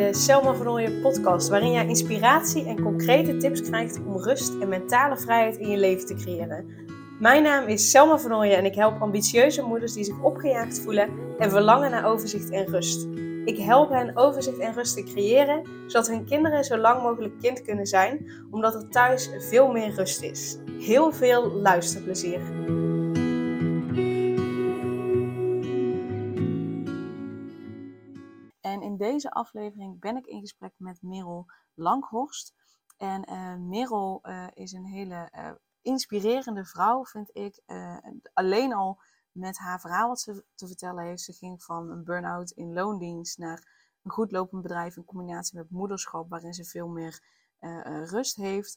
de Selma van Ooyen podcast, waarin jij inspiratie en concrete tips krijgt om rust en mentale vrijheid in je leven te creëren. Mijn naam is Selma van Ooyen en ik help ambitieuze moeders die zich opgejaagd voelen en verlangen naar overzicht en rust. Ik help hen overzicht en rust te creëren, zodat hun kinderen zo lang mogelijk kind kunnen zijn, omdat er thuis veel meer rust is. Heel veel luisterplezier! En in deze aflevering ben ik in gesprek met Merel Langhorst. En Merel is een hele inspirerende vrouw, vind ik. Alleen al met haar verhaal wat ze te vertellen heeft. Ze ging van een burn-out in loondienst naar een goed lopend bedrijf in combinatie met moederschap, waarin ze veel meer rust heeft.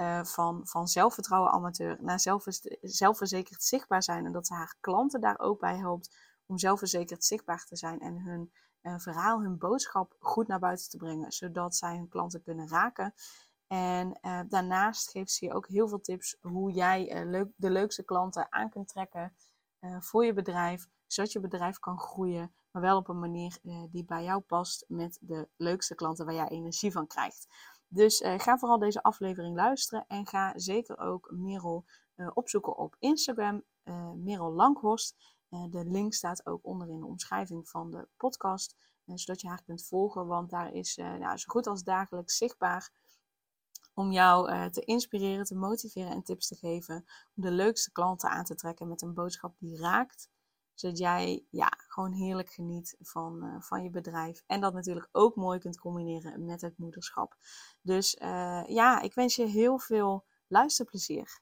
Van zelfvertrouwen amateur naar zelfverzekerd zichtbaar zijn. En dat ze haar klanten daar ook bij helpt om zelfverzekerd zichtbaar te zijn en hun verhaal, hun boodschap goed naar buiten te brengen, zodat zij hun klanten kunnen raken. En daarnaast geeft ze je ook heel veel tips hoe jij de leukste klanten aan kunt trekken voor je bedrijf, zodat je bedrijf kan groeien, maar wel op een manier die bij jou past met de leukste klanten waar jij energie van krijgt. Dus ga vooral deze aflevering luisteren en ga zeker ook Merel opzoeken op Instagram, Merel Langhorst. De link staat ook onder in de omschrijving van de podcast, zodat je haar kunt volgen, want daar is zo goed als dagelijks zichtbaar om jou te inspireren, te motiveren en tips te geven om de leukste klanten aan te trekken met een boodschap die raakt, zodat jij gewoon heerlijk geniet van je bedrijf en dat natuurlijk ook mooi kunt combineren met het moederschap. Dus ik wens je heel veel luisterplezier.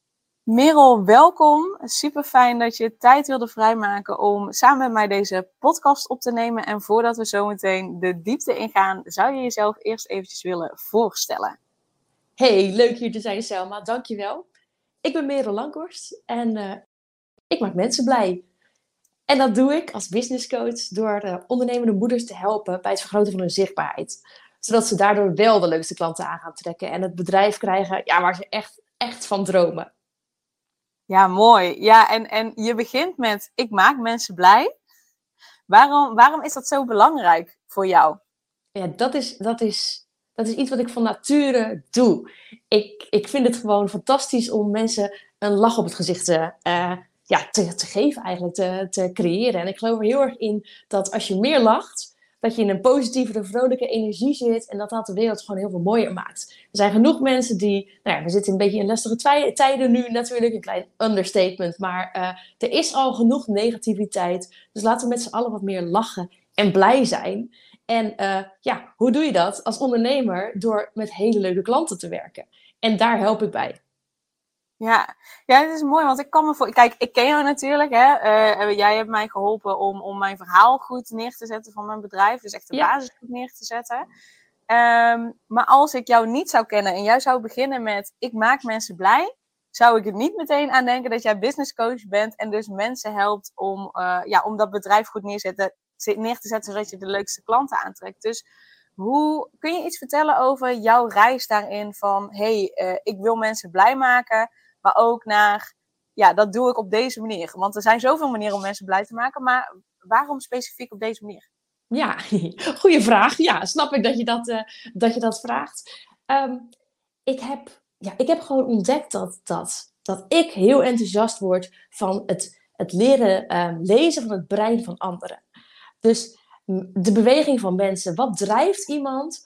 Merel, welkom. Super fijn dat je tijd wilde vrijmaken om samen met mij deze podcast op te nemen. En voordat we zo meteen de diepte ingaan, zou je jezelf eerst eventjes willen voorstellen? Hey, leuk hier te zijn, Selma. Dankjewel. Ik ben Merel Langhorst en ik maak mensen blij. En dat doe ik als businesscoach door ondernemende moeders te helpen bij het vergroten van hun zichtbaarheid. Zodat ze daardoor wel de leukste klanten aan gaan trekken en het bedrijf krijgen waar ze echt van dromen. Ja, mooi. Ja, en je begint met, ik maak mensen blij. Waarom is dat zo belangrijk voor jou? Ja, dat is iets wat ik van nature doe. Ik vind het gewoon fantastisch om mensen een lach op het gezicht te geven, eigenlijk te creëren. En ik geloof er heel erg in dat als je meer lacht, dat je in een positievere, vrolijke energie zit en dat de wereld gewoon heel veel mooier maakt. Er zijn genoeg mensen die, we zitten een beetje in lastige tijden nu natuurlijk, een klein understatement, maar er is al genoeg negativiteit. Dus laten we met z'n allen wat meer lachen en blij zijn. En hoe doe je dat als ondernemer? Door met hele leuke klanten te werken. En daar help ik bij. Ja, het is mooi, want ik kan me kijk, ik ken jou natuurlijk, hè. Jij hebt mij geholpen om mijn verhaal goed neer te zetten van mijn bedrijf. Dus echt de basis goed neer te zetten. Maar als ik jou niet zou kennen en jij zou beginnen met, ik maak mensen blij, zou ik er niet meteen aan denken dat jij business coach bent en dus mensen helpt om dat bedrijf goed neer te zetten, zodat je de leukste klanten aantrekt. Dus kun je iets vertellen over jouw reis daarin van, ik wil mensen blij maken, maar ook naar, dat doe ik op deze manier. Want er zijn zoveel manieren om mensen blij te maken, maar waarom specifiek op deze manier? Ja, goede vraag. Ja, snap ik dat je dat vraagt. Ik heb gewoon ontdekt dat ik heel enthousiast word van het leren lezen van het brein van anderen. Dus de beweging van mensen. Wat drijft iemand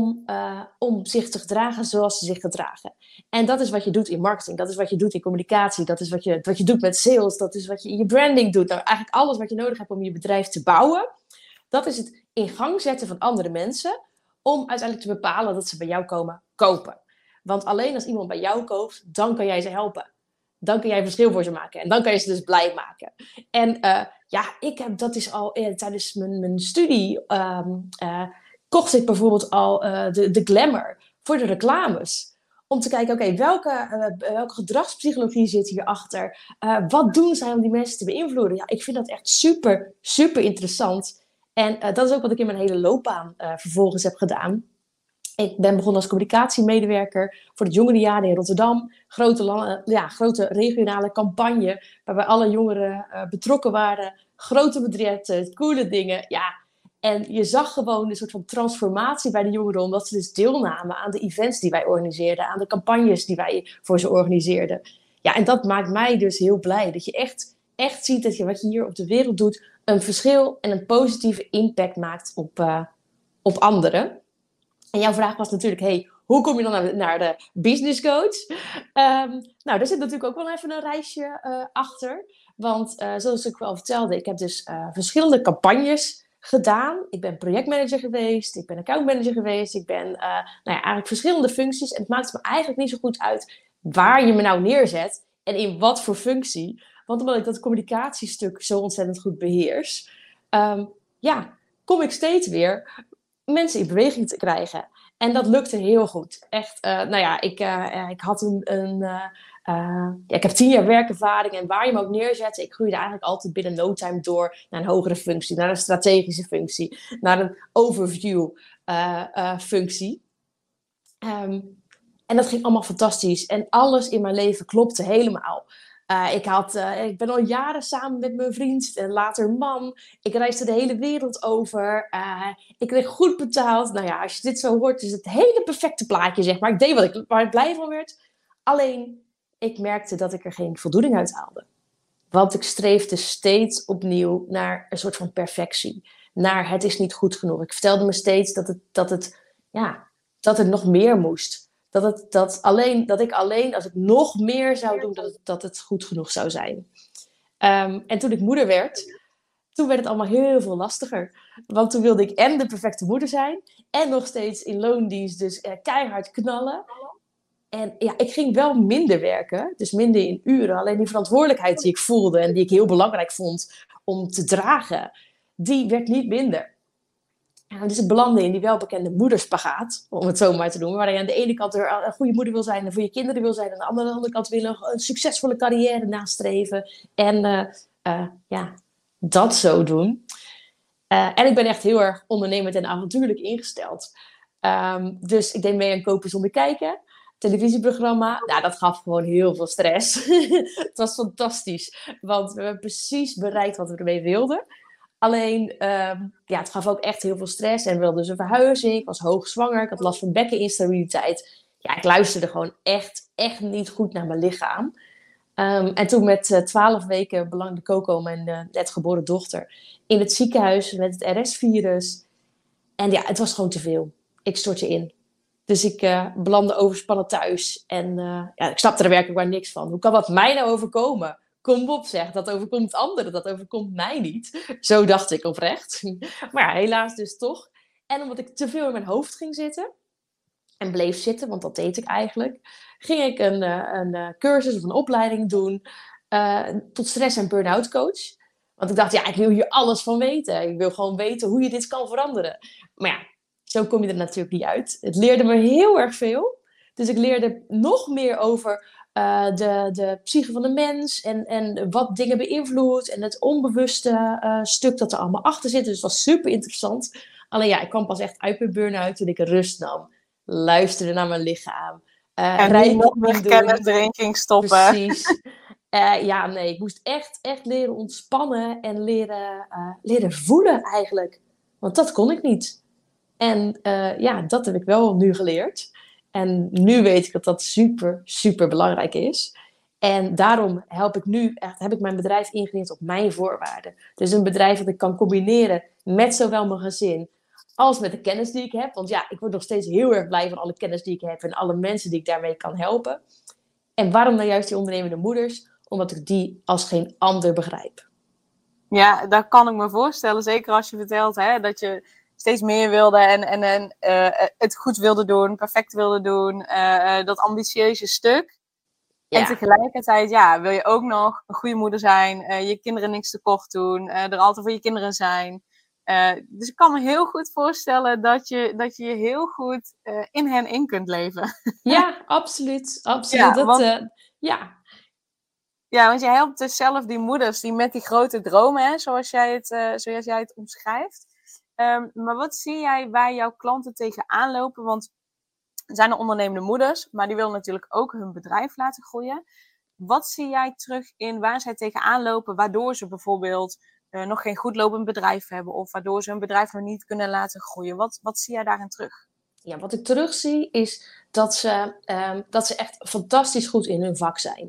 om zich te gedragen zoals ze zich gedragen? En dat is wat je doet in marketing. Dat is wat je doet in communicatie. Dat is wat je doet met sales. Dat is wat je in je branding doet. Nou, eigenlijk alles wat je nodig hebt om je bedrijf te bouwen. Dat is het in gang zetten van andere mensen. Om uiteindelijk te bepalen dat ze bij jou komen kopen. Want alleen als iemand bij jou koopt, dan kan jij ze helpen. Dan kun jij verschil voor ze maken. En dan kan je ze dus blij maken. En dat is al tijdens mijn studie kocht ik bijvoorbeeld al de glamour voor de reclames. Om te kijken, welke gedragspsychologie zit hierachter? Wat doen zij om die mensen te beïnvloeden? Ja, ik vind dat echt super, super interessant. En dat is ook wat ik in mijn hele loopbaan vervolgens heb gedaan. Ik ben begonnen als communicatiemedewerker voor de jongerenjaren in Rotterdam. Grote regionale campagne waarbij alle jongeren betrokken waren. Grote budgetten, coole dingen. Ja. En je zag gewoon een soort van transformatie bij de jongeren, omdat ze dus deelnamen aan de events die wij organiseerden, aan de campagnes die wij voor ze organiseerden. Ja, en dat maakt mij dus heel blij. Dat je echt ziet dat je wat je hier op de wereld doet, een verschil en een positieve impact maakt op anderen. En jouw vraag was natuurlijk, hey, hoe kom je dan naar de business coach? Nou, daar zit natuurlijk ook wel even een reisje achter. Want zoals ik wel vertelde, ik heb dus verschillende campagnes gedaan. Ik ben projectmanager geweest, ik ben accountmanager geweest. Ik ben eigenlijk verschillende functies. En het maakt me eigenlijk niet zo goed uit waar je me nou neerzet en in wat voor functie. Want omdat ik dat communicatiestuk zo ontzettend goed beheers, kom ik steeds weer mensen in beweging te krijgen. En dat lukte heel goed. Echt, ik had ik heb 10 jaar werkervaring en waar je me ook neerzette, ik groeide eigenlijk altijd binnen no time door naar een hogere functie, naar een strategische functie, naar een overview functie. En dat ging allemaal fantastisch. En alles in mijn leven klopte helemaal. Ik ben al jaren samen met mijn vriend en later man. Ik reisde de hele wereld over. Ik kreeg goed betaald. Nou ja, als je dit zo hoort, is het hele perfecte plaatje, zeg maar. Ik deed waar ik blij van werd. Alleen, ik merkte dat ik er geen voldoening uit haalde. Want ik streefde steeds opnieuw naar een soort van perfectie. Naar het is niet goed genoeg. Ik vertelde me steeds dat het nog meer moest. Dat ik alleen, als ik nog meer zou doen, dat het goed genoeg zou zijn. En toen ik moeder werd, toen werd het allemaal heel veel lastiger. Want toen wilde ik en de perfecte moeder zijn, en nog steeds in loondienst, dus keihard knallen. En ja, ik ging wel minder werken, dus minder in uren. Alleen die verantwoordelijkheid die ik voelde en die ik heel belangrijk vond om te dragen, die werd niet minder. Dus ik belandde in die welbekende moederspagaat, om het zo maar te noemen. Waar je aan de ene kant een goede moeder wil zijn en voor je kinderen wil zijn. En aan de andere kant wil een succesvolle carrière nastreven. En dat zo doen. En ik ben echt heel erg ondernemend en avontuurlijk ingesteld. Dus ik deed mee aan Kopen zonder kijken. Televisieprogramma. Nou, dat gaf gewoon heel veel stress. Het was fantastisch. Want we hebben precies bereikt wat we ermee wilden. Alleen, het gaf ook echt heel veel stress. En we wilden dus een verhuizing. Ik was hoogzwanger. Ik had last van bekkeninstabiliteit. Ja, ik luisterde gewoon echt niet goed naar mijn lichaam. En toen met 12 weken belandde Coco, mijn net geboren dochter, in het ziekenhuis met het RS-virus. En ja, het was gewoon te veel. Ik stortte in. Dus ik belandde overspannen thuis. En ik snapte er werkelijk maar niks van. Hoe kan dat mij nou overkomen? Kom op zeg, dat overkomt anderen, dat overkomt mij niet. Zo dacht ik oprecht. Maar ja, helaas dus toch. En omdat ik te veel in mijn hoofd ging zitten en bleef zitten, want dat deed ik eigenlijk, ging ik een cursus of een opleiding doen tot stress- en burn-out coach. Want ik dacht, ja, ik wil hier alles van weten. Ik wil gewoon weten hoe je dit kan veranderen. Maar ja, zo kom je er natuurlijk niet uit. Het leerde me heel erg veel. Dus ik leerde nog meer over de psyche van de mens en wat dingen beïnvloedt en het onbewuste stuk dat er allemaal achter zit. Dus het was super interessant. Alleen ja, ik kwam pas echt uit mijn burn-out toen ik rust nam. Luisterde naar mijn lichaam. En nog meer kennis erin ging stoppen. Precies. Ik moest echt leren ontspannen en leren voelen eigenlijk. Want dat kon ik niet. En dat heb ik wel nu geleerd. En nu weet ik dat dat super, super belangrijk is. En daarom heb ik mijn bedrijf ingericht op mijn voorwaarden. Dus een bedrijf dat ik kan combineren met zowel mijn gezin als met de kennis die ik heb. Want ja, ik word nog steeds heel erg blij van alle kennis die ik heb en alle mensen die ik daarmee kan helpen. En waarom nou juist die ondernemende moeders? Omdat ik die als geen ander begrijp. Ja, dat kan ik me voorstellen. Zeker als je vertelt dat je steeds meer wilde en het goed wilde doen, perfect wilde doen. Dat ambitieuze stuk. Ja. En tegelijkertijd wil je ook nog een goede moeder zijn. Je kinderen niks tekort doen. Er altijd voor je kinderen zijn. Dus ik kan me heel goed voorstellen dat je heel goed in hen in kunt leven. Ja, absoluut. Absoluut. Ja, want je helpt dus zelf die moeders die met die grote dromen, zoals jij het omschrijft. Maar wat zie jij waar jouw klanten tegenaan lopen? Want er zijn er ondernemende moeders, maar die willen natuurlijk ook hun bedrijf laten groeien. Wat zie jij terug in waar zij tegenaan lopen, waardoor ze bijvoorbeeld nog geen goed lopend bedrijf hebben of waardoor ze hun bedrijf nog niet kunnen laten groeien. Wat zie jij daarin terug? Ja, wat ik terugzie is dat ze echt fantastisch goed in hun vak zijn.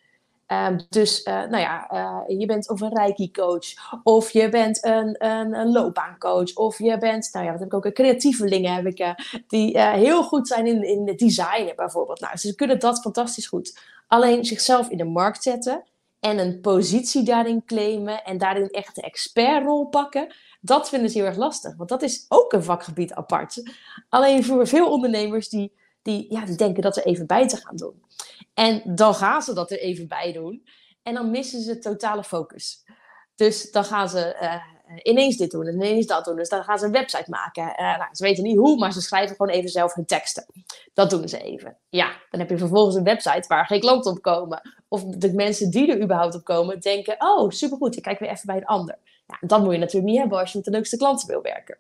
Je bent of een reiki-coach, of je bent een loopbaancoach, of je bent, wat heb ik ook, creatievelingen heb ik, die heel goed zijn in het designen bijvoorbeeld. Nou, ze kunnen dat fantastisch goed. Alleen zichzelf in de markt zetten en een positie daarin claimen en daarin echt de expertrol pakken, dat vinden ze heel erg lastig. Want dat is ook een vakgebied apart. Alleen voor veel ondernemers die denken dat er even bij te gaan doen. En dan gaan ze dat er even bij doen. En dan missen ze totale focus. Dus dan gaan ze ineens dit doen en ineens dat doen. Dus dan gaan ze een website maken. Ze weten niet hoe, maar ze schrijven gewoon even zelf hun teksten. Dat doen ze even. Ja, dan heb je vervolgens een website waar geen klanten op komen. Of de mensen die er überhaupt op komen denken... oh, supergoed, ik kijk weer even bij een ander. Ja, dat moet je natuurlijk niet hebben als je met de leukste klanten wil werken.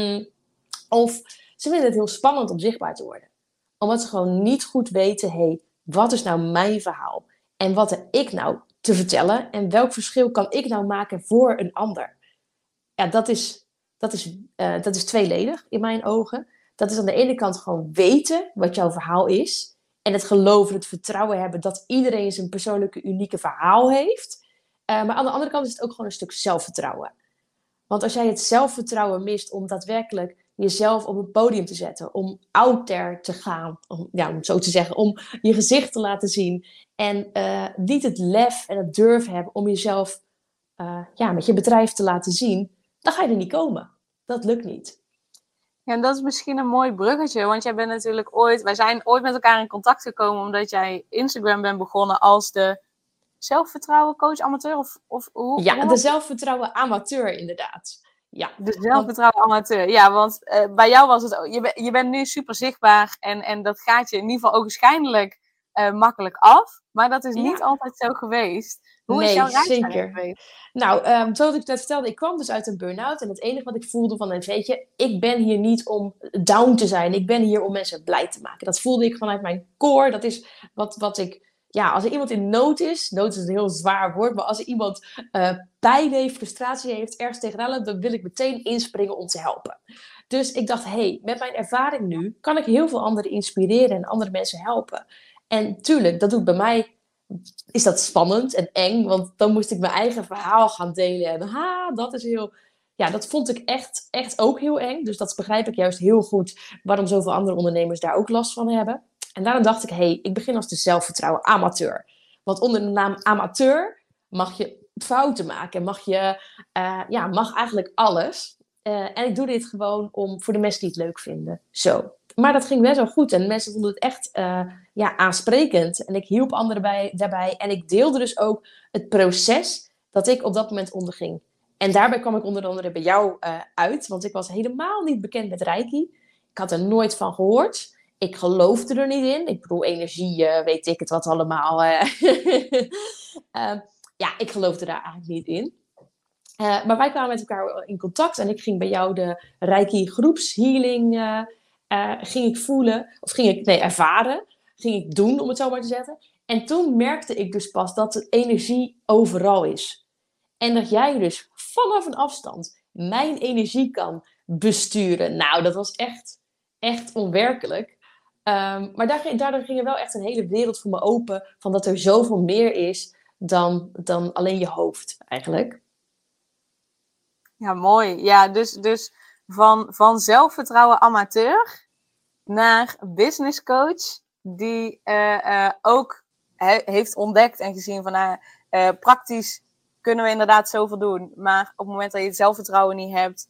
Of ze vinden het heel spannend om zichtbaar te worden. Omdat ze gewoon niet goed weten... wat is nou mijn verhaal? En wat heb ik nou te vertellen? En welk verschil kan ik nou maken voor een ander? Ja, dat is tweeledig in mijn ogen. Dat is aan de ene kant gewoon weten wat jouw verhaal is. En het geloven, het vertrouwen hebben dat iedereen zijn persoonlijke, unieke verhaal heeft. Maar aan de andere kant is het ook gewoon een stuk zelfvertrouwen. Want als jij het zelfvertrouwen mist om daadwerkelijk jezelf op een podium te zetten, om out there te gaan, om het zo te zeggen, om je gezicht te laten zien en niet het lef en het durf hebben om jezelf met je bedrijf te laten zien, dan ga je er niet komen. Dat lukt niet. Ja, en dat is misschien een mooi bruggetje, want wij zijn ooit met elkaar in contact gekomen omdat jij Instagram bent begonnen als de zelfvertrouwen coach amateur of hoe? Ja, de zelfvertrouwen amateur inderdaad. Ja, de zelfvertrouwen amateur. Ja, want bij jou was het ook. Je bent nu super zichtbaar en dat gaat je in ieder geval ogenschijnlijk makkelijk af. Maar dat is niet altijd zo geweest. Hoe is jouw reis geweest? Nou, zoals ik net vertelde, ik kwam dus uit een burn-out. En het enige wat ik voelde van, weet je, ik ben hier niet om down te zijn. Ik ben hier om mensen blij te maken. Dat voelde ik vanuit mijn core. Dat is wat ik... Ja, als er iemand in nood is een heel zwaar woord, maar als er iemand pijn heeft, frustratie heeft, ergens tegenaan loopt, dan wil ik meteen inspringen om te helpen. Dus ik dacht, met mijn ervaring nu kan ik heel veel anderen inspireren en andere mensen helpen. En tuurlijk, dat doet bij mij, is dat spannend en eng, want dan moest ik mijn eigen verhaal gaan delen. En dat is heel... Ja, dat vond ik echt ook heel eng. Dus dat begrijp ik juist heel goed waarom zoveel andere ondernemers daar ook last van hebben. En daarom dacht ik, ik begin als de zelfvertrouwen amateur. Want onder de naam amateur mag je fouten maken. Mag eigenlijk alles. En ik doe dit gewoon voor de mensen die het leuk vinden. Zo. Maar dat ging best wel goed. En mensen vonden het echt aansprekend. En ik hielp anderen daarbij. En ik deelde dus ook het proces dat ik op dat moment onderging. En daarbij kwam ik onder andere bij jou uit. Want ik was helemaal niet bekend met Reiki. Ik had er nooit van gehoord. Ik geloofde er niet in. Ik bedoel, energie, weet ik het wat allemaal. Ik geloofde daar eigenlijk niet in. Maar wij kwamen met elkaar in contact. En ik ging bij jou de Reiki groepshealing ging ik voelen. Of ervaren. Ging ik doen, om het zo maar te zeggen. En toen merkte ik dus pas dat de energie overal is. En dat jij dus vanaf een afstand mijn energie kan besturen. Nou, dat was echt onwerkelijk. Maar daardoor ging er wel echt een hele wereld voor me open. Van dat er zoveel meer is dan alleen je hoofd eigenlijk. Ja, mooi. Ja, dus van zelfvertrouwen amateur naar business coach. Die ook heeft ontdekt en gezien van praktisch kunnen we inderdaad zoveel doen. Maar op het moment dat je het zelfvertrouwen niet hebt...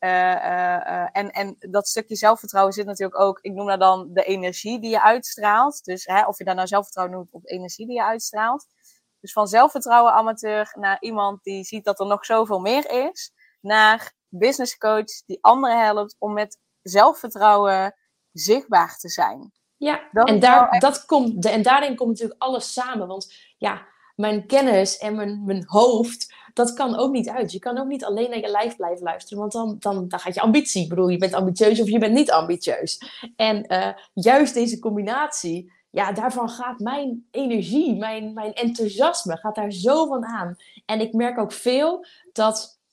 En dat stukje zelfvertrouwen zit natuurlijk ook, ik noem dat dan de energie die je uitstraalt. Dus of je daar nou zelfvertrouwen noemt of de energie die je uitstraalt. Dus van zelfvertrouwen amateur naar iemand die ziet dat er nog zoveel meer is. Naar business coach die anderen helpt om met zelfvertrouwen zichtbaar te zijn. Ja, en daarin komt natuurlijk alles samen. Want mijn kennis en mijn hoofd, dat kan ook niet uit. Je kan ook niet alleen naar je lijf blijven luisteren. Want dan gaat je ambitie. Ik bedoel, je bent ambitieus of je bent niet ambitieus. En juist deze combinatie, daarvan gaat mijn energie, mijn enthousiasme, gaat daar zo van aan. En ik merk ook veel dat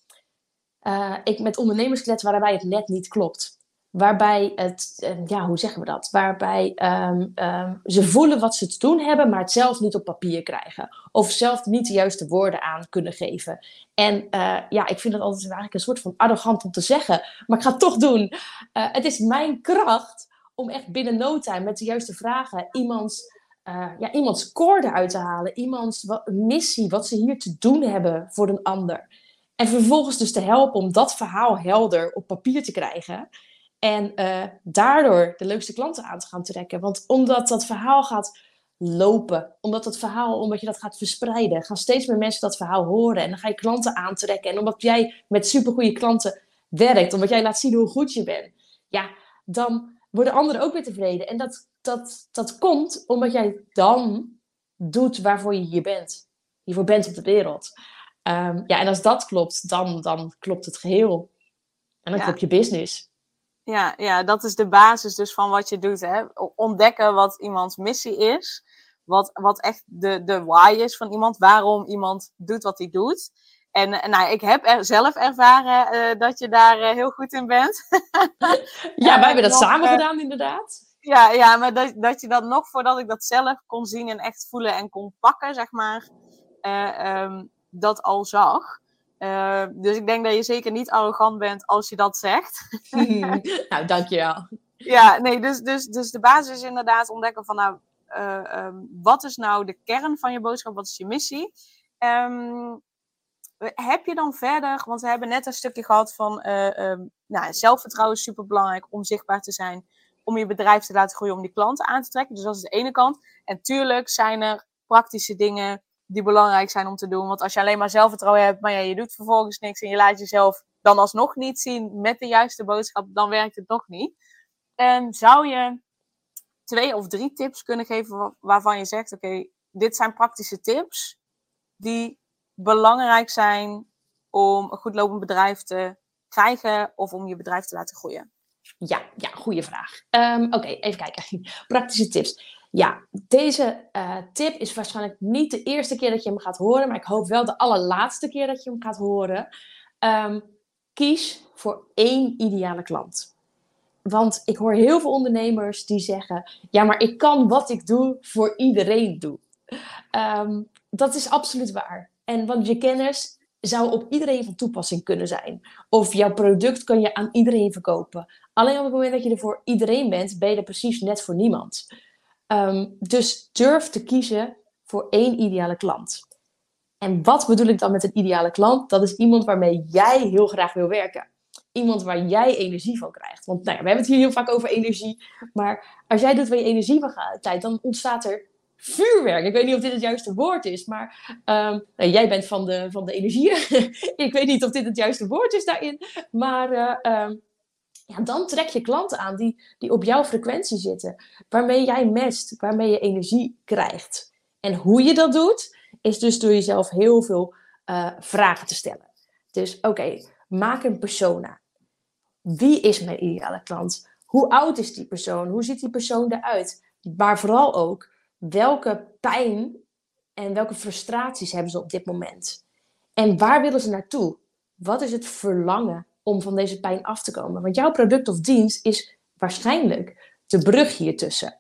ik met ondernemers klets waarbij het net niet klopt. Waarbij het, hoe zeggen we dat? Waarbij ze voelen wat ze te doen hebben, maar het zelf niet op papier krijgen. Of zelf niet de juiste woorden aan kunnen geven. En ik vind dat altijd eigenlijk een soort van arrogant om te zeggen. Maar ik ga het toch doen. Het is mijn kracht om echt binnen no time met de juiste vragen iemands koorden uit te halen. Iemands missie, wat ze hier te doen hebben voor een ander. En vervolgens dus te helpen om dat verhaal helder op papier te krijgen. En daardoor de leukste klanten aan te gaan trekken. Want omdat dat verhaal gaat lopen, omdat je dat gaat verspreiden, gaan steeds meer mensen dat verhaal horen. En dan ga je klanten aantrekken. En omdat jij met supergoeie klanten werkt, omdat jij laat zien hoe goed je bent, ja, dan worden anderen ook weer tevreden. En dat komt omdat jij dan doet waarvoor je hier bent. Hiervoor bent op de wereld. En als dat klopt, dan klopt het geheel. En dan klopt je business. Ja, dat is de basis dus van wat je doet. Hè? Ontdekken wat iemands missie is. Wat echt de why is van iemand. Waarom iemand doet wat hij doet. En ik heb zelf ervaren dat je daar heel goed in bent. Ja, wij hebben dat samen gedaan inderdaad. Ja, maar dat je dat nog voordat ik dat zelf kon zien en echt voelen en kon pakken, zeg maar. Dat al zag. Dus ik denk dat je zeker niet arrogant bent als je dat zegt. Nou, dankjewel. Ja, nee, dus de basis is inderdaad ontdekken van wat is nou de kern van je boodschap? Wat is je missie? Heb je dan verder, want we hebben net een stukje gehad van zelfvertrouwen is super belangrijk om zichtbaar te zijn, om je bedrijf te laten groeien, om die klanten aan te trekken. Dus dat is de ene kant. En tuurlijk zijn er praktische dingen die belangrijk zijn om te doen. Want als je alleen maar zelfvertrouwen hebt, maar je doet vervolgens niks en je laat jezelf dan alsnog niet zien met de juiste boodschap, dan werkt het nog niet. En zou je 2 of 3 tips kunnen geven waarvan je zegt, oké, dit zijn praktische tips die belangrijk zijn om een goed lopend bedrijf te krijgen of om je bedrijf te laten groeien? Ja, goede vraag. Oké, even kijken. Praktische tips. Ja, deze tip is waarschijnlijk niet de eerste keer dat je hem gaat horen, maar ik hoop wel de allerlaatste keer dat je hem gaat horen. Kies voor 1 ideale klant. Want ik hoor heel veel ondernemers die zeggen, ja, maar ik kan wat ik doe voor iedereen doen. Dat is absoluut waar. Want je kennis zou op iedereen van toepassing kunnen zijn. Of jouw product kan je aan iedereen verkopen. Alleen op het moment dat je er voor iedereen bent, ben je er precies net voor niemand. Dus durf te kiezen voor 1 ideale klant. En wat bedoel ik dan met een ideale klant? Dat is iemand waarmee jij heel graag wil werken. Iemand waar jij energie van krijgt. Want we hebben het hier heel vaak over energie. Maar als jij doet waar je energie van gaat, dan ontstaat er vuurwerk. Ik weet niet of dit het juiste woord is. Maar jij bent van de energie. Ik weet niet of dit het juiste woord is daarin. Maar dan trek je klanten aan die op jouw frequentie zitten. Waarmee jij matcht. Waarmee je energie krijgt. En hoe je dat doet, is dus door jezelf heel veel vragen te stellen. Dus oké, maak een persona. Wie is mijn ideale klant? Hoe oud is die persoon? Hoe ziet die persoon eruit? Maar vooral ook, welke pijn en welke frustraties hebben ze op dit moment? En waar willen ze naartoe? Wat is het verlangen om van deze pijn af te komen? Want jouw product of dienst is waarschijnlijk de brug hiertussen.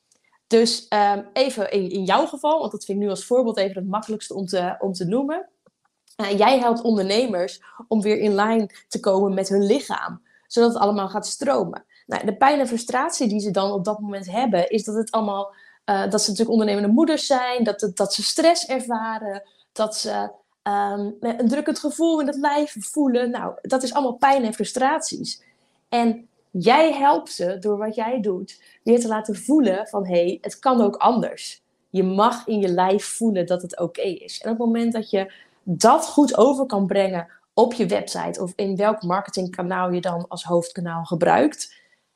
Dus even in jouw geval, want dat vind ik nu als voorbeeld even het makkelijkste om te noemen. Jij helpt ondernemers om weer in lijn te komen met hun lichaam, zodat het allemaal gaat stromen. De pijn en frustratie die ze dan op dat moment hebben, is dat het allemaal, dat ze natuurlijk ondernemende moeders zijn, dat ze stress ervaren, dat ze een drukkend gevoel in het lijf voelen. Dat is allemaal pijn en frustraties. En jij helpt ze door wat jij doet, weer te laten voelen van het kan ook anders. Je mag in je lijf voelen dat het oké is. En op het moment dat je dat goed over kan brengen op je website of in welk marketingkanaal je dan als hoofdkanaal gebruikt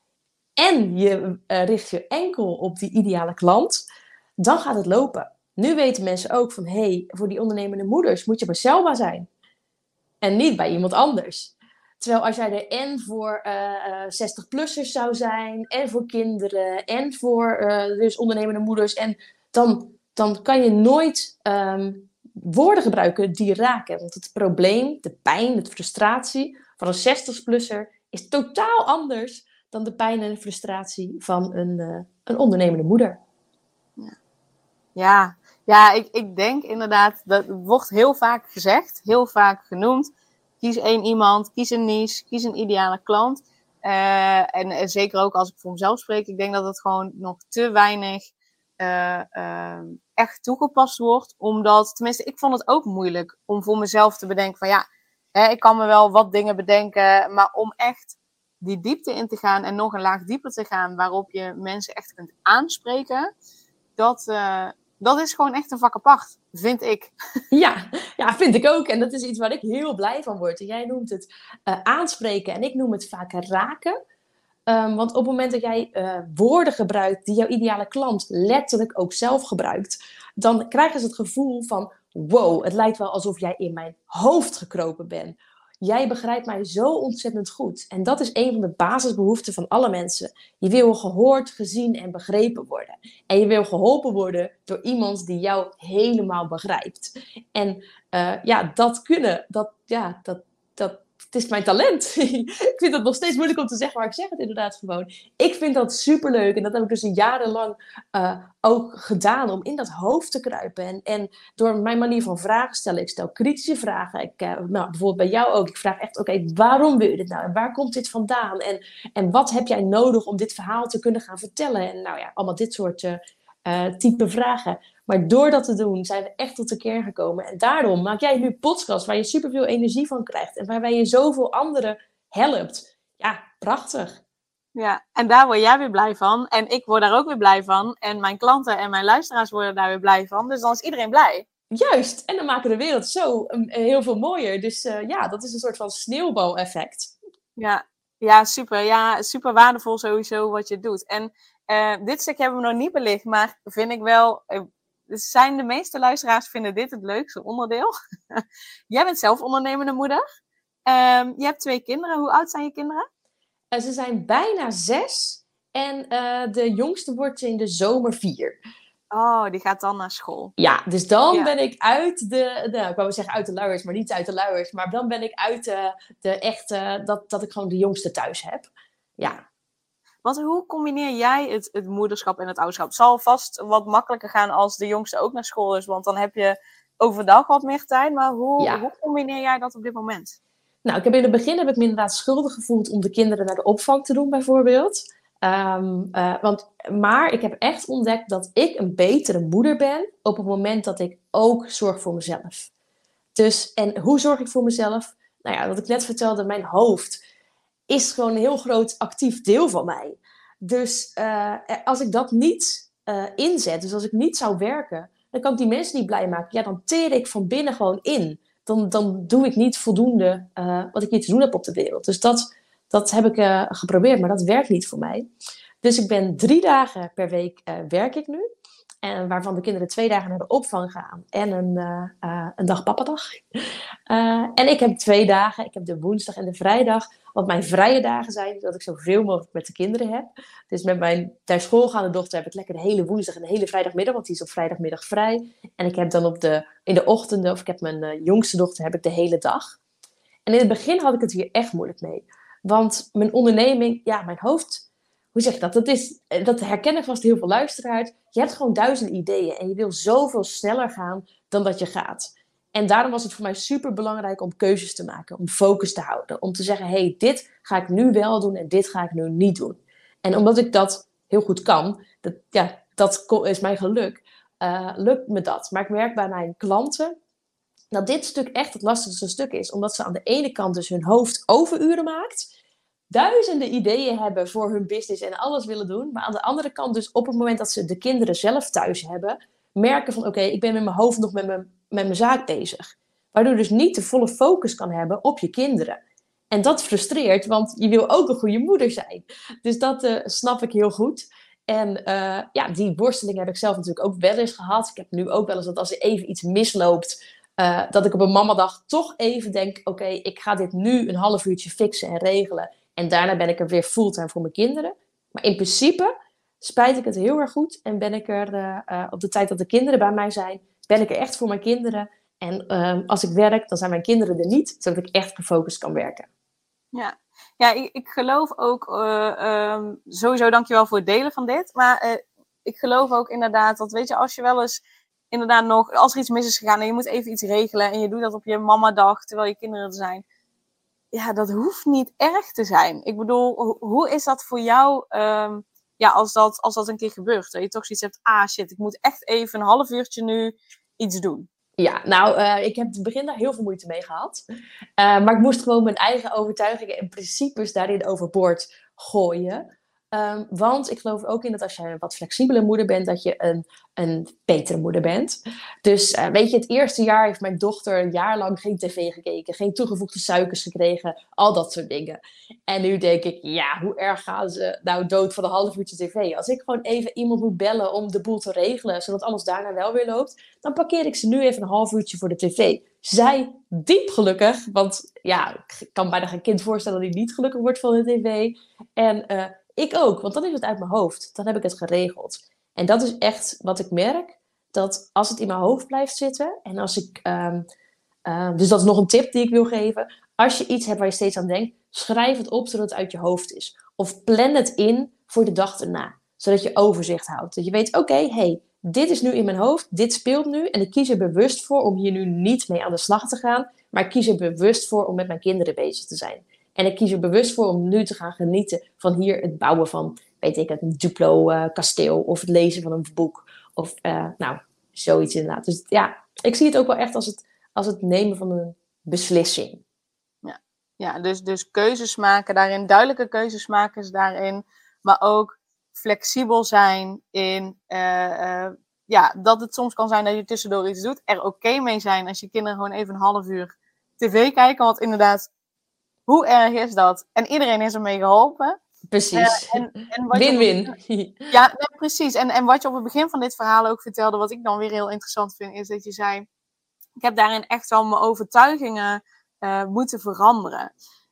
en je richt je enkel op die ideale klant, dan gaat het lopen. Nu weten mensen ook van voor die ondernemende moeders moet je bij Selma zijn en niet bij iemand anders. Terwijl als jij er en voor 60-plussers zou zijn en voor kinderen en voor dus ondernemende moeders, en dan kan je nooit woorden gebruiken die raken. Want het probleem, de pijn, de frustratie van een 60-plusser is totaal anders dan de pijn en de frustratie van een ondernemende moeder. Ja, ik denk inderdaad, dat wordt heel vaak gezegd, heel vaak genoemd. Kies één iemand, kies een niche, kies een ideale klant. En zeker ook als ik voor mezelf spreek, ik denk dat het gewoon nog te weinig echt toegepast wordt. Omdat, tenminste, ik vond het ook moeilijk om voor mezelf te bedenken van ja, ik kan me wel wat dingen bedenken, maar om echt die diepte in te gaan en nog een laag dieper te gaan waarop je mensen echt kunt aanspreken, dat is gewoon echt een vak apart, vind ik. Ja, vind ik ook. En dat is iets waar ik heel blij van word. En jij noemt het aanspreken en ik noem het vaak raken. Want op het moment dat jij woorden gebruikt die jouw ideale klant letterlijk ook zelf gebruikt, dan krijgen ze het gevoel van, wow, het lijkt wel alsof jij in mijn hoofd gekropen bent. Jij begrijpt mij zo ontzettend goed. En dat is een van de basisbehoeften van alle mensen. Je wil gehoord, gezien en begrepen worden. En je wil geholpen worden door iemand die jou helemaal begrijpt. En dat kunnen, het is mijn talent. Ik vind het nog steeds moeilijk om te zeggen, maar ik zeg het inderdaad gewoon. Ik vind dat superleuk en dat heb ik dus jarenlang ook gedaan om in dat hoofd te kruipen. En door mijn manier van vragen stellen, ik stel kritische vragen. Bijvoorbeeld bij jou ook. Ik vraag echt, oké, waarom wil je dit nou? En waar komt dit vandaan? En wat heb jij nodig om dit verhaal te kunnen gaan vertellen? En nou ja, allemaal dit soort type vragen. Maar door dat te doen, zijn we echt tot de kern gekomen. En daarom maak jij nu podcast waar je superveel energie van krijgt. En waarbij je zoveel anderen helpt. Ja, prachtig. Ja, en daar word jij weer blij van. En ik word daar ook weer blij van. En mijn klanten en mijn luisteraars worden daar weer blij van. Dus dan is iedereen blij. Juist, en dan maken we de wereld zo heel veel mooier. Dus dat is een soort van sneeuwbaleffect. Ja, super. Ja, super waardevol sowieso wat je doet. En dit stuk hebben we nog niet belicht, maar vind ik wel... zijn de meeste luisteraars vinden dit het leukste onderdeel. Jij bent zelf ondernemende moeder. Je hebt 2 kinderen. Hoe oud zijn je kinderen? Ze zijn bijna 6 en de jongste wordt in de zomer 4. Oh, die gaat dan naar school. Ja, dus dan ben ik uit ik wou zeggen uit de luiers, maar niet uit de luiers. Maar dan ben ik uit de echte, dat ik gewoon de jongste thuis heb. Ja. Want hoe combineer jij het moederschap en het ouderschap? Het zal vast wat makkelijker gaan als de jongste ook naar school is. Want dan heb je overdag wat meer tijd. Maar hoe combineer jij dat op dit moment? Nou, in het begin heb ik me inderdaad schuldig gevoeld om de kinderen naar de opvang te doen bijvoorbeeld. Maar ik heb echt ontdekt dat ik een betere moeder ben op het moment dat ik ook zorg voor mezelf. Dus, en hoe zorg ik voor mezelf? Nou ja, wat ik net vertelde, mijn hoofd is gewoon een heel groot actief deel van mij. Dus als ik dat niet inzet, dus als ik niet zou werken, dan kan ik die mensen niet blij maken. Ja, dan teer ik van binnen gewoon in. Dan doe ik niet voldoende wat ik hier te doen heb op de wereld. Dus dat heb ik geprobeerd, maar dat werkt niet voor mij. Dus ik ben 3 dagen per week werk ik nu. En waarvan de kinderen 2 dagen naar de opvang gaan. En een dag papadag. En ik heb 2 dagen. Ik heb de woensdag en de vrijdag. Want mijn vrije dagen zijn dat ik zoveel mogelijk met de kinderen heb. Dus met mijn naar school gaande dochter heb ik lekker de hele woensdag en de hele vrijdagmiddag. Want die is op vrijdagmiddag vrij. En ik heb dan in de ochtenden, of ik heb mijn jongste dochter, heb ik de hele dag. En in het begin had ik het hier echt moeilijk mee. Want mijn onderneming, mijn hoofd... Hoe zeg je dat? Dat herkennen vast heel veel luisteraars. Je hebt gewoon 1000 ideeën en je wil zoveel sneller gaan dan dat je gaat. En daarom was het voor mij super belangrijk om keuzes te maken, om focus te houden. Om te zeggen, hey, dit ga ik nu wel doen en dit ga ik nu niet doen. En omdat ik dat heel goed kan, dat is mijn geluk, lukt me dat. Maar ik merk bij mijn klanten dat dit stuk echt het lastigste stuk is. Omdat ze aan de ene kant dus hun hoofd overuren maakt, 1000 ideeën hebben voor hun business en alles willen doen. Maar aan de andere kant dus op het moment dat ze de kinderen zelf thuis hebben, merken van oké, ik ben met mijn hoofd nog met mijn zaak bezig. Waardoor je dus niet de volle focus kan hebben op je kinderen. En dat frustreert, want je wil ook een goede moeder zijn. Dus dat snap ik heel goed. En die worsteling heb ik zelf natuurlijk ook wel eens gehad. Ik heb nu ook wel eens dat als er even iets misloopt, dat ik op een mamadag toch even denk, oké, ik ga dit nu een half uurtje fixen en regelen. En daarna ben ik er weer fulltime voor mijn kinderen. Maar in principe spijt ik het heel erg goed. En ben ik er op de tijd dat de kinderen bij mij zijn, ben ik er echt voor mijn kinderen. En als ik werk, dan zijn mijn kinderen er niet, zodat ik echt gefocust kan werken. Ja, ja, ik geloof ook, sowieso dankjewel voor het delen van dit. Maar ik geloof ook inderdaad dat, weet je, als je wel eens inderdaad nog, als er iets mis is gegaan en je moet even iets regelen en je doet dat op je mamadag terwijl je kinderen er zijn. Ja, dat hoeft niet erg te zijn. Ik bedoel, hoe is dat voor jou, ja, als dat een keer gebeurt? Dat je toch zoiets hebt, shit, ik moet echt even een half uurtje nu iets doen. Ja, nou, ik heb in het begin daar heel veel moeite mee gehad. Maar ik moest gewoon mijn eigen overtuigingen en principes daarin overboord gooien. Want ik geloof ook in dat als je een wat flexibele moeder bent, dat je een betere moeder bent. Dus weet je, het eerste jaar heeft mijn dochter een jaar lang geen tv gekeken, geen toegevoegde suikers gekregen, al dat soort dingen. En nu denk ik, ja, hoe erg gaan ze nou dood van een half uurtje tv? Als ik gewoon even iemand moet bellen om de boel te regelen, zodat alles daarna wel weer loopt, dan parkeer ik ze nu even een half uurtje voor de tv. Zij diep gelukkig, want ja, ik kan bijna geen kind voorstellen dat hij niet gelukkig wordt van de tv. En ik ook, want dan is het uit mijn hoofd. Dan heb ik het geregeld. En dat is echt wat ik merk, dat als het in mijn hoofd blijft zitten en als ik... dus dat is nog een tip die ik wil geven. Als je iets hebt waar je steeds aan denkt, schrijf het op zodat het uit je hoofd is. Of plan het in voor de dag erna, zodat je overzicht houdt. Dat je weet, oké, hey, dit is nu in mijn hoofd, dit speelt nu en ik kies er bewust voor om hier nu niet mee aan de slag te gaan, maar ik kies er bewust voor om met mijn kinderen bezig te zijn. En ik kies er bewust voor om nu te gaan genieten van hier het bouwen van, weet ik het, een Duplo-kasteel of het lezen van een boek. Of, nou, zoiets inderdaad. Dus ja, ik zie het ook wel echt als het nemen van een beslissing. Ja, dus keuzes maken daarin, duidelijke keuzes maken daarin, maar ook flexibel zijn in, ja, dat het soms kan zijn dat je tussendoor iets doet. Er oké mee zijn als je kinderen gewoon even een half uur tv kijken, want inderdaad, hoe erg is dat? En iedereen is ermee geholpen. Precies. Win-win. Ja, nee, precies. En wat je op het begin van dit verhaal ook vertelde, wat ik dan weer heel interessant vind, is dat je zei, ik heb daarin echt wel mijn overtuigingen moeten veranderen.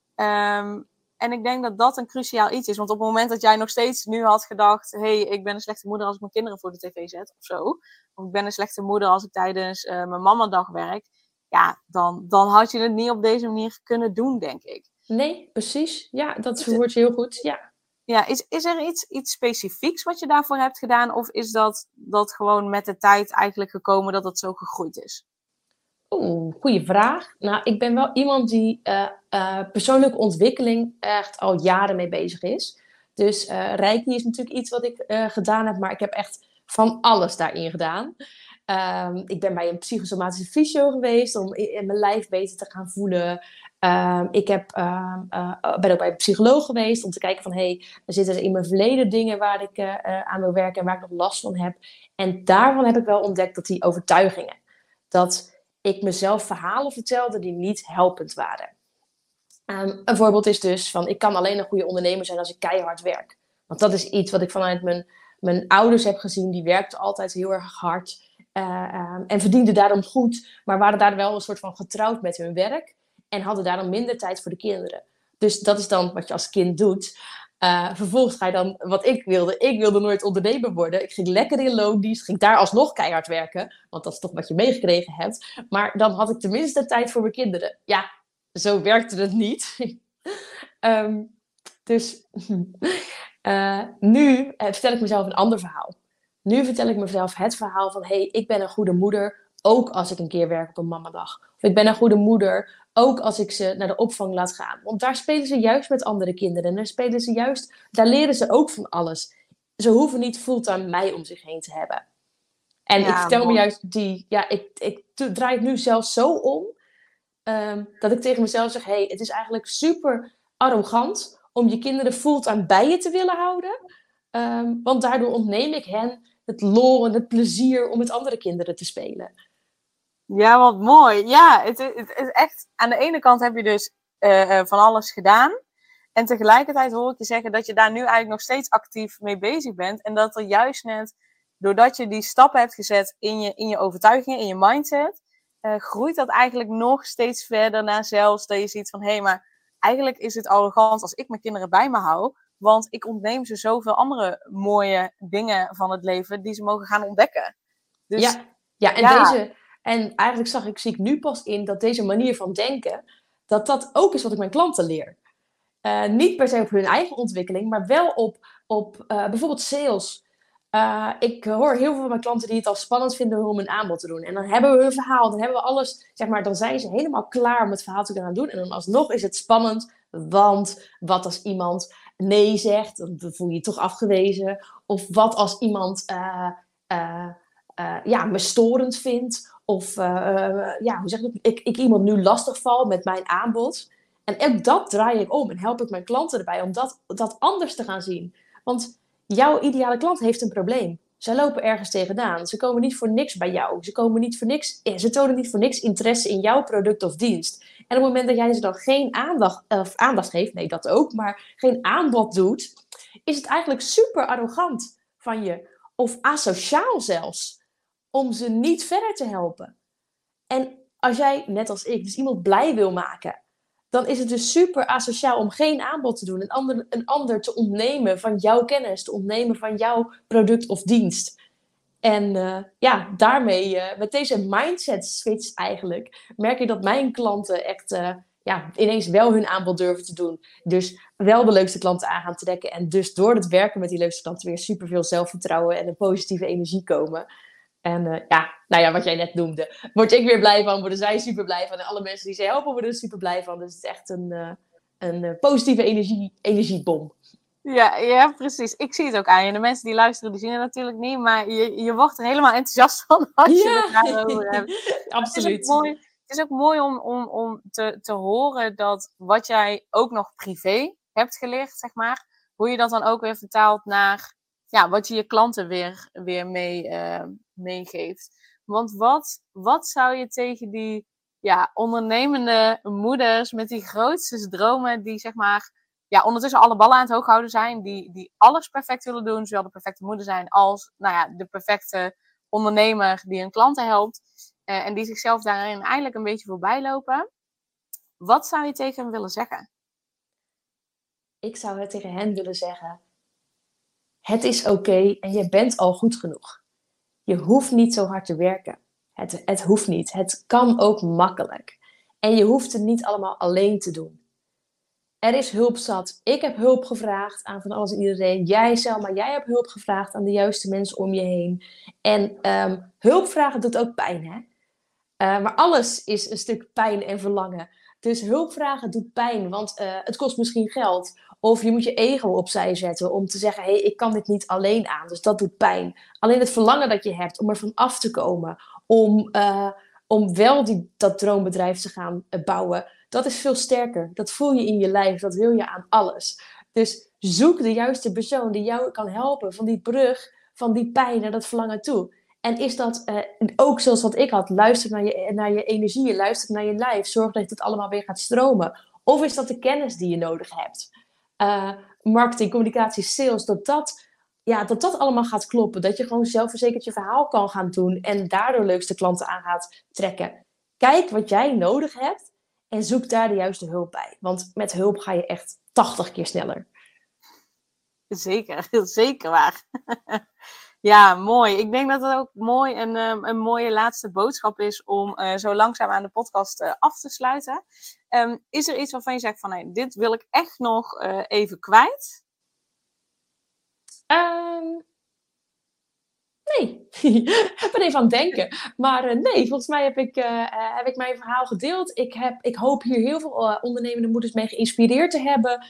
En ik denk dat dat een cruciaal iets is. Want op het moment dat jij nog steeds nu had gedacht, hey, ik ben een slechte moeder als ik mijn kinderen voor de tv zet of zo. Of ik ben een slechte moeder als ik tijdens mijn mamadag werk. Ja, dan had je het niet op deze manier kunnen doen, denk ik. Nee, precies. Ja, dat verwoord je heel goed. Ja. Ja, is er iets specifieks wat je daarvoor hebt gedaan? Of is dat gewoon met de tijd eigenlijk gekomen dat het zo gegroeid is? Oeh, goede vraag. Nou, ik ben wel iemand die persoonlijke ontwikkeling echt al jaren mee bezig is. Dus Reiki is natuurlijk iets wat ik gedaan heb, maar ik heb echt van alles daarin gedaan. Ik ben bij een psychosomatische fysio geweest om in mijn lijf beter te gaan voelen. Ik ben ook bij een psycholoog geweest om te kijken van, hey, er zitten in mijn verleden dingen waar ik aan wil werken en waar ik nog last van heb. En daarvan heb ik wel ontdekt dat die overtuigingen, dat ik mezelf verhalen vertelde die niet helpend waren. Een voorbeeld is dus van, ik kan alleen een goede ondernemer zijn als ik keihard werk. Want dat is iets wat ik vanuit mijn ouders heb gezien. Die werkten altijd heel erg hard en verdienden daarom goed. Maar waren daar wel een soort van getrouwd met hun werk. En hadden daarom minder tijd voor de kinderen. Dus dat is dan wat je als kind doet. Vervolgens ga je dan, wat ik wilde. Ik wilde nooit ondernemer worden. Ik ging lekker in loondienst. Ging daar alsnog keihard werken. Want dat is toch wat je meegekregen hebt. Maar dan had ik tenminste tijd voor mijn kinderen. Ja, zo werkte het niet. Dus nu vertel ik mezelf een ander verhaal. Nu vertel ik mezelf het verhaal van, hey, ik ben een goede moeder. Ook als ik een keer werk op een mamadag. Of ik ben een goede moeder. Ook als ik ze naar de opvang laat gaan. Want daar spelen ze juist met andere kinderen. En daar leren ze ook van alles. Ze hoeven niet fulltime mij om zich heen te hebben. En ja, ik vertel me juist ik draai het nu zelfs zo om. Dat ik tegen mezelf zeg, hey, het is eigenlijk super arrogant om je kinderen fulltime bij je te willen houden. Want daardoor ontneem ik hen het lol en het plezier om met andere kinderen te spelen. Ja, wat mooi. Ja, het is echt... Aan de ene kant heb je dus van alles gedaan. En tegelijkertijd hoor ik je zeggen dat je daar nu eigenlijk nog steeds actief mee bezig bent. En dat er juist net, doordat je die stappen hebt gezet in je overtuigingen, in je mindset, groeit dat eigenlijk nog steeds verder naar zelfs dat je ziet van, hé, maar eigenlijk is het arrogant als ik mijn kinderen bij me hou. Want ik ontneem ze zoveel andere mooie dingen van het leven die ze mogen gaan ontdekken. Dus, ja, en En eigenlijk zie ik nu pas in dat deze manier van denken, dat ook is wat ik mijn klanten leer. Niet per se op hun eigen ontwikkeling, maar wel op bijvoorbeeld sales. Ik hoor heel veel van mijn klanten die het al spannend vinden om een aanbod te doen. En dan hebben we hun verhaal, dan hebben we alles, zeg maar, dan zijn ze helemaal klaar om het verhaal te gaan doen. En dan alsnog is het spannend, want wat als iemand nee zegt, dan voel je je toch afgewezen. Of wat als iemand me storend vindt. Of hoe zeg ik iemand nu lastig val met mijn aanbod. En ook dat draai ik om en help ik mijn klanten erbij om dat anders te gaan zien. Want jouw ideale klant heeft een probleem. Zij lopen ergens tegenaan. Ze komen niet voor niks bij jou. Ze tonen niet voor niks interesse in jouw product of dienst. En op het moment dat jij ze dan geen aandacht geeft, nee dat ook, maar geen aanbod doet, is het eigenlijk super arrogant van je. Of asociaal zelfs. Om ze niet verder te helpen. En als jij, net als ik, dus iemand blij wil maken, dan is het dus super asociaal om geen aanbod te doen. Een ander te ontnemen van jouw kennis, te ontnemen van jouw product of dienst. En daarmee, met deze mindset switch eigenlijk, merk ik dat mijn klanten echt ineens wel hun aanbod durven te doen. Dus wel de leukste klanten aan gaan trekken. En dus door het werken met die leukste klanten weer superveel zelfvertrouwen en een positieve energie komen. En wat jij net noemde, word ik weer blij van, worden zij super blij van. En alle mensen die ze helpen worden er super blij van. Dus het is echt een positieve energiebom. Ja, precies. Ik zie het ook aan je. De mensen die luisteren, die zien het natuurlijk niet. Maar je wordt er helemaal enthousiast van als je het daarover hebt. Absoluut. Het is ook mooi om te horen dat wat jij ook nog privé hebt geleerd, zeg maar. Hoe je dat dan ook weer vertaalt naar wat je klanten weer meegeeft. Want wat zou je tegen die ondernemende moeders met die grootste dromen die zeg maar ondertussen alle ballen aan het hoog houden zijn, die alles perfect willen doen, zowel de perfecte moeder zijn als de perfecte ondernemer die hun klanten helpt en die zichzelf daarin eigenlijk een beetje voorbij lopen. Wat zou je tegen hen willen zeggen? Ik zou het tegen hen willen zeggen: het is oké en je bent al goed genoeg. Je hoeft niet zo hard te werken. Het hoeft niet. Het kan ook makkelijk. En je hoeft het niet allemaal alleen te doen. Er is hulp zat. Ik heb hulp gevraagd aan van alles en iedereen. Jij, Selma, jij hebt hulp gevraagd aan de juiste mensen om je heen. En hulp vragen doet ook pijn, hè? Maar alles is een stuk pijn en verlangen. Dus hulp vragen doet pijn, want het kost misschien geld. Of je moet je ego opzij zetten om te zeggen: hey, ik kan dit niet alleen aan. Dus dat doet pijn. Alleen het verlangen dat je hebt om er van af te komen. Om wel dat droombedrijf te gaan bouwen. Dat is veel sterker. Dat voel je in je lijf. Dat wil je aan alles. Dus zoek de juiste persoon die jou kan helpen van die brug, van die pijn naar dat verlangen toe. En is dat ook zoals wat ik had, luister naar je energie, luister naar je lijf, zorg dat het allemaal weer gaat stromen. Of is dat de kennis die je nodig hebt? Marketing, communicatie, sales, dat allemaal gaat kloppen. Dat je gewoon zelfverzekerd je verhaal kan gaan doen en daardoor leukste klanten aan gaat trekken. Kijk wat jij nodig hebt en zoek daar de juiste hulp bij. Want met hulp ga je echt 80 keer sneller. Zeker, zeker waar. Ja, mooi. Ik denk dat het ook mooi een mooie laatste boodschap is om zo langzaam aan de podcast af te sluiten. Is er iets waarvan je zegt van nee, dit wil ik echt nog even kwijt? Nee, ik ben even aan het denken. Maar nee, volgens mij heb ik mijn verhaal gedeeld. Ik hoop hier heel veel ondernemende moeders mee geïnspireerd te hebben.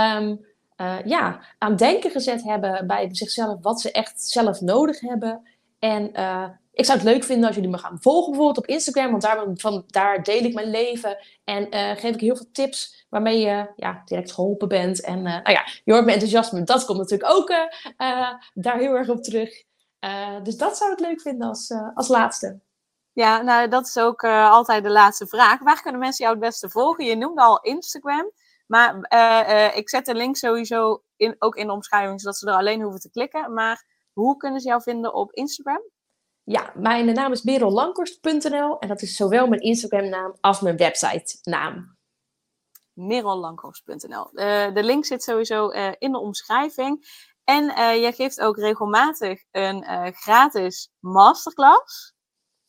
Aan denken gezet hebben bij zichzelf wat ze echt zelf nodig hebben. En ik zou het leuk vinden als jullie me gaan volgen bijvoorbeeld op Instagram. Want daar deel ik mijn leven. En geef ik heel veel tips waarmee je direct geholpen bent. En je hoort mijn enthousiasme. Dat komt natuurlijk ook daar heel erg op terug. Dus dat zou ik leuk vinden als laatste. Ja, nou dat is ook altijd de laatste vraag. Waar kunnen mensen jou het beste volgen? Je noemde al Instagram. Maar ik zet de link sowieso ook in de omschrijving, zodat ze er alleen hoeven te klikken. Maar hoe kunnen ze jou vinden op Instagram? Ja, mijn naam is merellankhorst.nl en dat is zowel mijn Instagram naam als mijn website naam. merellankhorst.nl. De link zit sowieso in de omschrijving. En jij geeft ook regelmatig een gratis masterclass.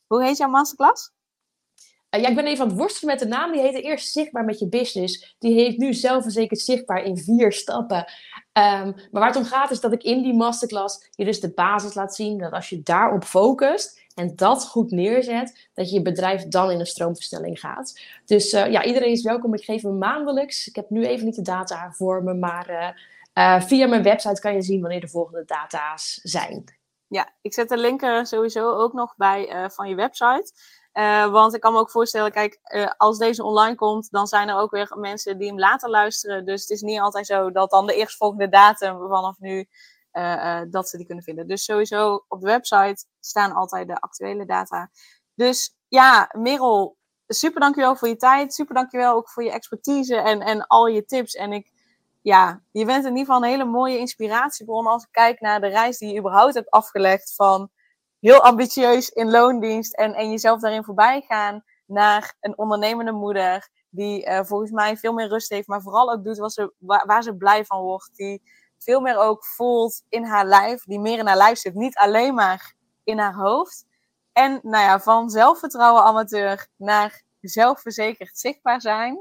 Hoe heet jouw masterclass? Ik ben even aan het worstelen met de naam. Die heette eerst Zichtbaar met je business. Die heet nu Zelfverzekerd Zichtbaar in 4 stappen. Maar waar het om gaat is dat ik in die masterclass je dus de basis laat zien. Dat als je daarop focust en dat goed neerzet, dat je bedrijf dan in een stroomversnelling gaat. Dus iedereen is welkom. Ik geef hem maandelijks. Ik heb nu even niet de data voor me, maar via mijn website kan je zien wanneer de volgende data's zijn. Ja, ik zet de link er sowieso ook nog bij van je website. Want ik kan me ook voorstellen, kijk, als deze online komt, dan zijn er ook weer mensen die hem later luisteren. Dus het is niet altijd zo dat dan de eerstvolgende datum vanaf nu, dat ze die kunnen vinden. Dus sowieso op de website staan altijd de actuele data. Dus ja, Merel, super dankjewel voor je tijd. Super dankjewel ook voor je expertise en al je tips. En je bent in ieder geval een hele mooie inspiratiebron als ik kijk naar de reis die je überhaupt hebt afgelegd van heel ambitieus in loondienst en jezelf daarin voorbij gaan naar een ondernemende moeder die volgens mij veel meer rust heeft, maar vooral ook doet waar ze blij van wordt. Die veel meer ook voelt in haar lijf, die meer in haar lijf zit, niet alleen maar in haar hoofd. En van zelfvertrouwen amateur naar zelfverzekerd zichtbaar zijn.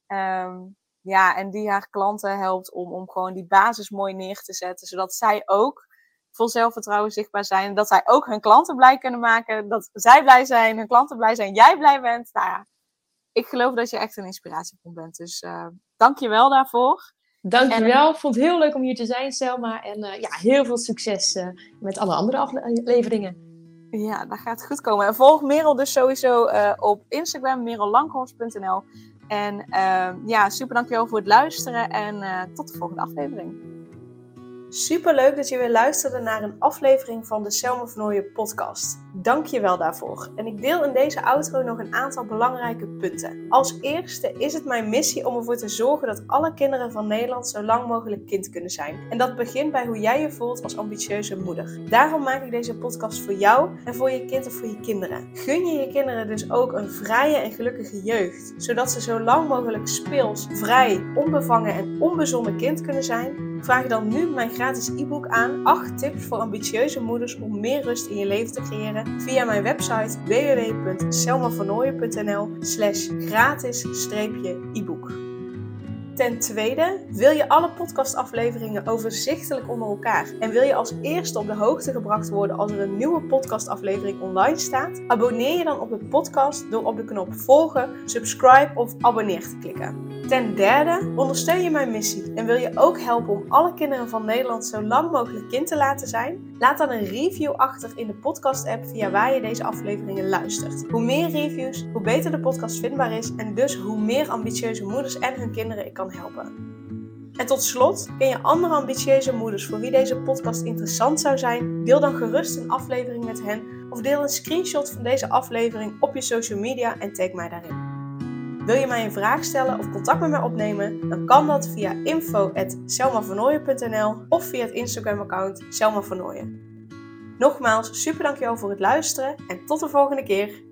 En die haar klanten helpt om gewoon die basis mooi neer te zetten, zodat zij ook vol zelfvertrouwen zichtbaar zijn. Dat zij ook hun klanten blij kunnen maken. Dat zij blij zijn, hun klanten blij zijn, jij blij bent. Ik geloof dat je echt een inspiratiebron bent. Dus dank je wel daarvoor. Dankjewel. Ik vond het heel leuk om hier te zijn, Selma. En heel veel succes met alle andere afleveringen. Ja, dat gaat goed komen. En volg Merel dus sowieso op Instagram, merellanghorst.nl. En super dankjewel voor het luisteren. En tot de volgende aflevering. Super leuk dat je weer luisterde naar een aflevering van de Selma van Nooijen podcast. Dank je wel daarvoor. En ik deel in deze outro nog een aantal belangrijke punten. Als eerste is het mijn missie om ervoor te zorgen dat alle kinderen van Nederland zo lang mogelijk kind kunnen zijn. En dat begint bij hoe jij je voelt als ambitieuze moeder. Daarom maak ik deze podcast voor jou en voor je kind of voor je kinderen. Gun je je kinderen dus ook een vrije en gelukkige jeugd, zodat ze zo lang mogelijk speels, vrij, onbevangen en onbezonnen kind kunnen zijn. Vraag dan nu mijn gratis e-book aan 8 tips voor ambitieuze moeders om meer rust in je leven te creëren via mijn website www.selmavernooijen.nl/gratis-e-book. Ten tweede, wil je alle podcastafleveringen overzichtelijk onder elkaar en wil je als eerste op de hoogte gebracht worden als er een nieuwe podcastaflevering online staat? Abonneer je dan op de podcast door op de knop volgen, subscribe of abonneer te klikken. Ten derde, ondersteun je mijn missie en wil je ook helpen om alle kinderen van Nederland zo lang mogelijk kind te laten zijn? Laat dan een review achter in de podcast-app via waar je deze afleveringen luistert. Hoe meer reviews, hoe beter de podcast vindbaar is en dus hoe meer ambitieuze moeders en hun kinderen ik kan helpen. En tot slot, ken je andere ambitieuze moeders voor wie deze podcast interessant zou zijn? Deel dan gerust een aflevering met hen of deel een screenshot van deze aflevering op je social media en tag mij daarin. Wil je mij een vraag stellen of contact met mij opnemen? Dan kan dat via info@selmavernooijen.nl of via het Instagram-account Selma van Nooijen. Nogmaals, super dankjewel voor het luisteren en tot de volgende keer.